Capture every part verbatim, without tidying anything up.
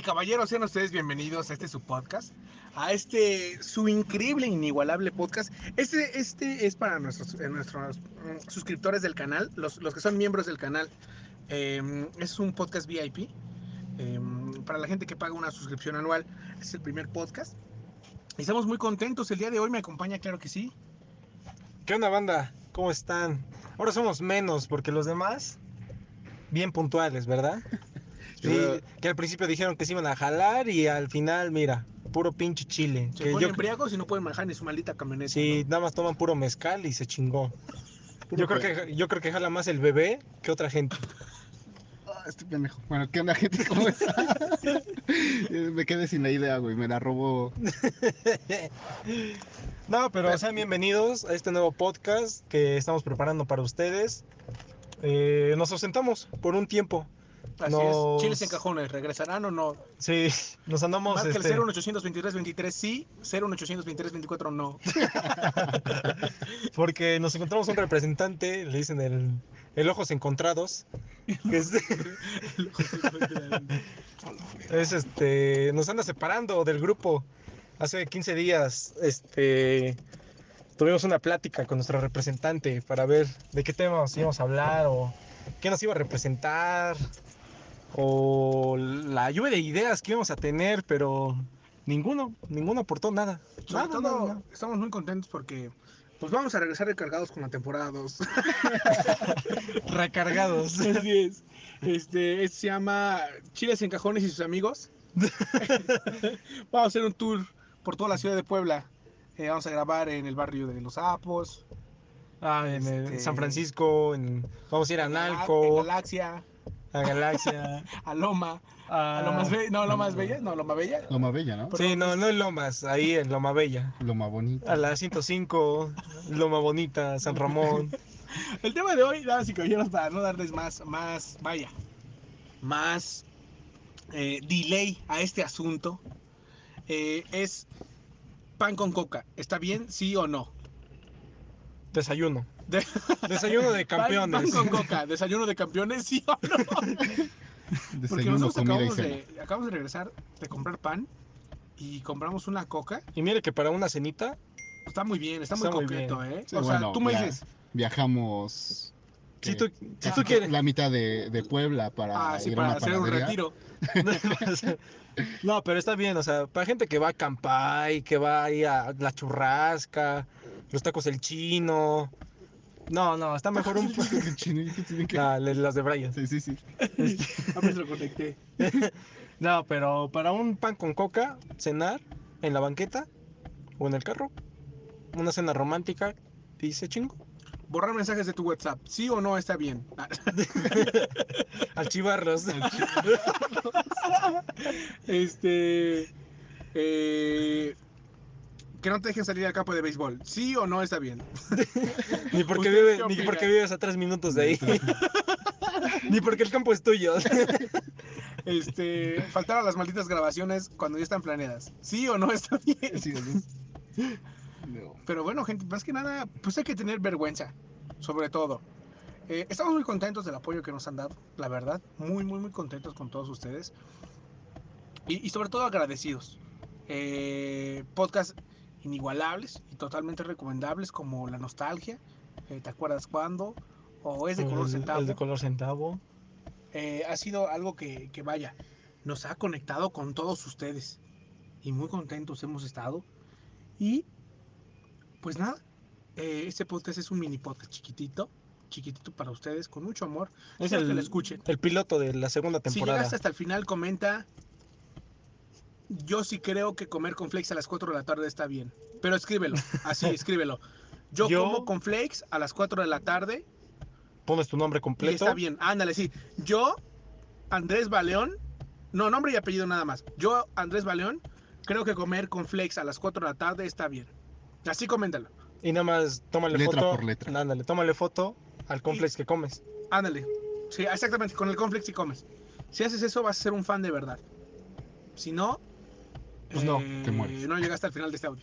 caballeros, sean ustedes bienvenidos a este su podcast, a este su increíble, inigualable podcast. Este, este es para nuestros, eh, nuestros mm, suscriptores del canal, los, los que son miembros del canal. Eh, es un podcast V I P. Eh, para la gente que paga una suscripción anual, es el primer podcast. Y estamos muy contentos. El día de hoy me acompaña, claro que sí. ¿Qué onda, banda? ¿Cómo están? Ahora somos menos porque los demás, bien puntuales, ¿verdad? Sí, que al principio dijeron que se iban a jalar y al final, mira, puro pinche chile. Se Que yo, ponen embriagos y no pueden manejar ni su maldita camioneta. sí, ¿no? nada más toman puro mezcal y se chingó. Puro Yo creo pedo. que, yo creo que jala más el bebé que otra gente. Ah, este pendejo. Bueno, ¿qué onda, gente? ¿Cómo está? Me quedé sin la idea, güey. Me la robó. No, pero sean bienvenidos a este nuevo podcast que estamos preparando para ustedes. Eh, nos ausentamos por un tiempo. Así Nos... es. Chiles en cajones, ¿regresarán o no? Sí, nos andamos. Marca el este... cero uno ochocientos veintitrés veintitrés sí, cero uno ochocientos veintitrés veinticuatro no. Porque nos encontramos un representante, le dicen el, el ojos encontrados. Que es, es este. Nos anda separando del grupo. Hace quince días, este. Tuvimos una plática con nuestro representante para ver de qué temas íbamos a hablar o qué nos iba a representar o la lluvia de ideas que íbamos a tener, pero ninguno, ninguno aportó nada. Sobre Nada, nada, todo, nada. estamos muy contentos porque pues vamos a regresar recargados con la temporada dos. Recargados. Así es. Este, este se llama Chiles en cajones y sus amigos. Vamos a hacer un tour por toda la ciudad de Puebla. Eh, vamos a grabar en el barrio de Los Apos, Ah, en, en San este, Francisco, en, vamos a ir a en, Gala- en Nalco, Galaxia, a Galaxia. a Loma, a Lomas a... Bella, no, Lomas Bella, no, Loma Bella. Loma Bella, ¿no? Sí, Perdón, no, es no en Lomas, ahí en Loma Bella. Loma Bonita. A la ciento cinco, Loma Bonita, San Ramón. el tema de hoy, damas y caballeros, para no darles más, más, vaya, más eh, delay a este asunto, eh, es pan con coca. ¿Está bien, sí o no? Desayuno. De- Desayuno de pan, pan campeones. con coca, desayuno de campeones, sí o no. Porque Desayuno, nosotros comida y acabamos cena. de, acabamos de regresar de comprar pan y compramos una coca. Y mire que para una cenita, Está muy bien, está, Está muy muy coqueto, bien. ¿eh? Sí, o sea, bueno, tú me via- dices, viajamos. si ¿qué? tú, si Ah, tú quieres. La mitad de, de Puebla para ah, sí, ir a para una hacer un panadería. retiro. No, pero está bien, o sea, para gente que va a acampar, que va ahí a la churrasca, los tacos el chino. No, no, está mejor un... El chino, ¿qué tiene que- Nah, le- las de Brian. Sí, sí, sí. Este, Apenas lo conecté. No, pero para un pan con coca, cenar en la banqueta o en el carro, una cena romántica, dice chingo. Borrar mensajes de tu WhatsApp, ¿sí o no está bien? Archivarlos. este. eh, que no te dejen salir al campo de béisbol, ¿sí o no está bien? Ni porque, ¿Ustedes vive, qué ni opinan? porque vives a tres minutos de ahí. Ni porque el campo es tuyo. Este, faltar a las malditas grabaciones cuando ya están planeadas, ¿sí o no está bien? Sí, es- no. Pero bueno, gente, más que nada, pues hay que tener vergüenza, sobre todo. Eh, estamos muy contentos del apoyo que nos han dado, la verdad, muy, muy, muy contentos con todos ustedes. Y, y sobre todo agradecidos. Eh, podcasts inigualables y totalmente recomendables como La Nostalgia, eh, ¿te acuerdas cuándo? O Es de color El, centavo. el de color centavo. Eh, ha sido algo que, que, vaya, nos ha conectado con todos ustedes. Y muy contentos hemos estado. Y pues nada, eh, este podcast es un mini podcast chiquitito, chiquitito para ustedes, con mucho amor. Es Quiero que lo el, escuchen. el piloto de la segunda Si temporada. llegaste hasta el final, comenta. Yo sí creo que comer con flakes a las cuatro de la tarde está bien. Pero escríbelo, así, escríbelo. Yo, Yo- como con flakes a las cuatro de la tarde Pones tu nombre y completo. está bien. Ándale, sí. Yo, Andrés Baleón, no, nombre y apellido nada más. Yo, Andrés Baleón, creo que comer con flakes a las cuatro de la tarde está bien. Así coméntalo. Y nada más tómale Letra foto. por letra. Ándale, tómale foto al complex que comes. Ándale. Sí, exactamente, con el cornflakes si comes. Si haces eso, vas a ser un fan de verdad. Si no, Pues no, eh, te mueres. no llegaste al final de este audio.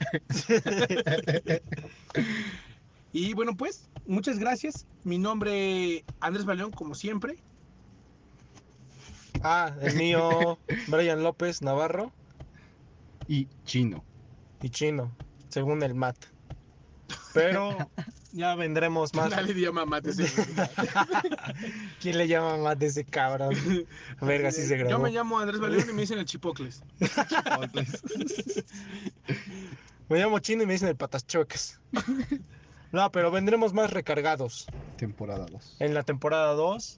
Y bueno, pues, muchas gracias. Mi nombre, Andrés Baleón, como siempre. Ah, el mío, Brian López Navarro Y chino. y Chino, según el Mat. Pero ya vendremos más. Nadie llama mate ese verga. ¿Quién le llama Mat a ese cabrón? Verga, sí se Yo grabó. me llamo Andrés Baleón y me dicen el Chipocles. Me llamo Chino y me dicen el Patas Chuecas. No, pero vendremos más recargados Temporada dos. en la temporada dos.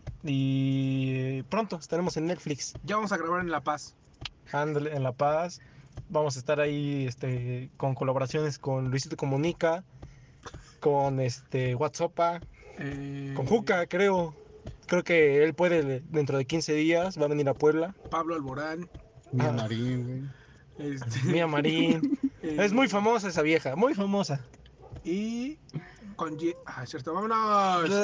Y pronto estaremos en Netflix. Ya vamos a grabar en La Paz. Ándale, en La Paz. Vamos a estar ahí este, con colaboraciones con Luisito Comunica, con este WhatsApp, Eh, con Juca, creo. Creo que él puede dentro de quince días, va a venir a Puebla. Pablo Alborán. Mía Ah, Marín, güey. Este, Mía Marín. eh, Es muy famosa esa vieja, muy famosa. Y con Ye- Ah, cierto, vámonos.